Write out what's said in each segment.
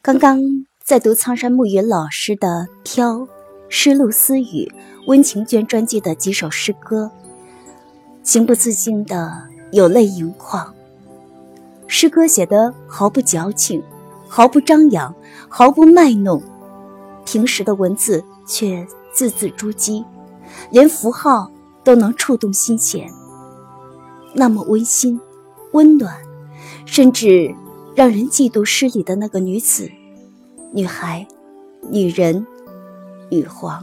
刚刚在读苍山暮雨老师的《飘》诗路私语温情卷专辑的几首诗歌，情不自禁的有泪盈眶。诗歌写得毫不矫情，毫不张扬，毫不卖弄，平时的文字却字字珠玑，连符号都能触动心弦，那么温馨温暖，甚至让人嫉妒诗里的那个女子、女孩、女人、女皇。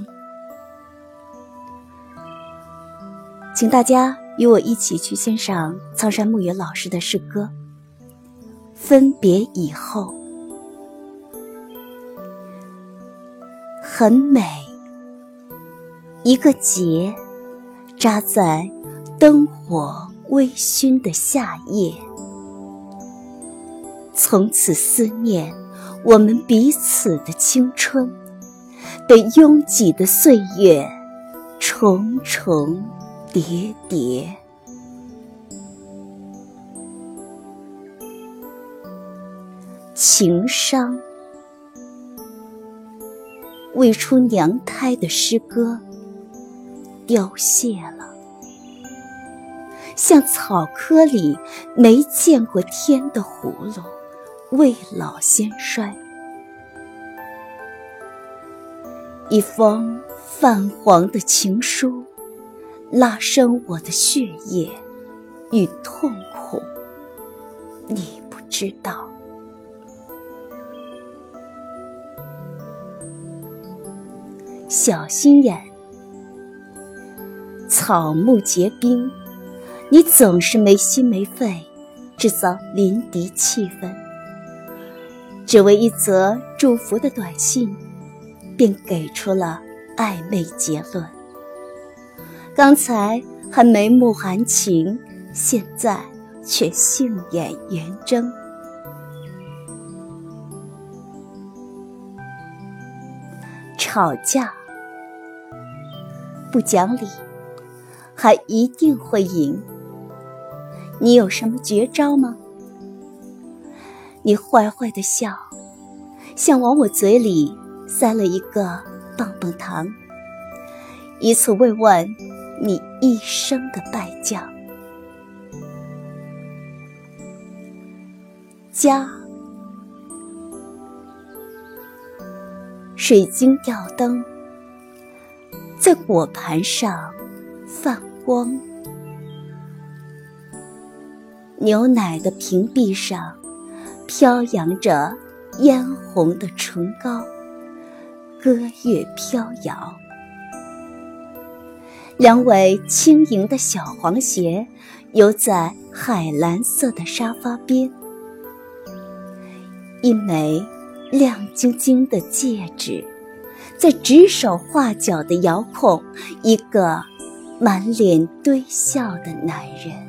请大家与我一起去欣赏苍山暮雨老师的诗歌《分别以后》。很美，一个结扎在灯火微醺的夏夜，从此思念我们彼此的青春，被拥挤的岁月重重叠叠。情伤，未出娘胎的诗歌凋谢了，像草窠里没见过天的葫芦，未老先衰。一封泛黄的情书，拉伸我的血液与痛苦，你不知道。小心眼，草木结冰，你总是没心没肺，制造临敌气氛，只为一则祝福的短信，便给出了暧昧结论。刚才还眉目含情，现在却杏眼圆睁。吵架不讲理，还一定会赢。你有什么绝招吗？你坏坏的笑，像往我嘴里塞了一个棒棒糖，以此慰问你一生的败将。家，水晶吊灯在果盘上泛光，牛奶的瓶壁上飘扬着嫣红的唇膏，歌乐飘摇。两尾轻盈的小黄鞋游在海蓝色的沙发边，一枚亮晶晶的戒指在指手画脚地遥控一个满脸堆笑的男人。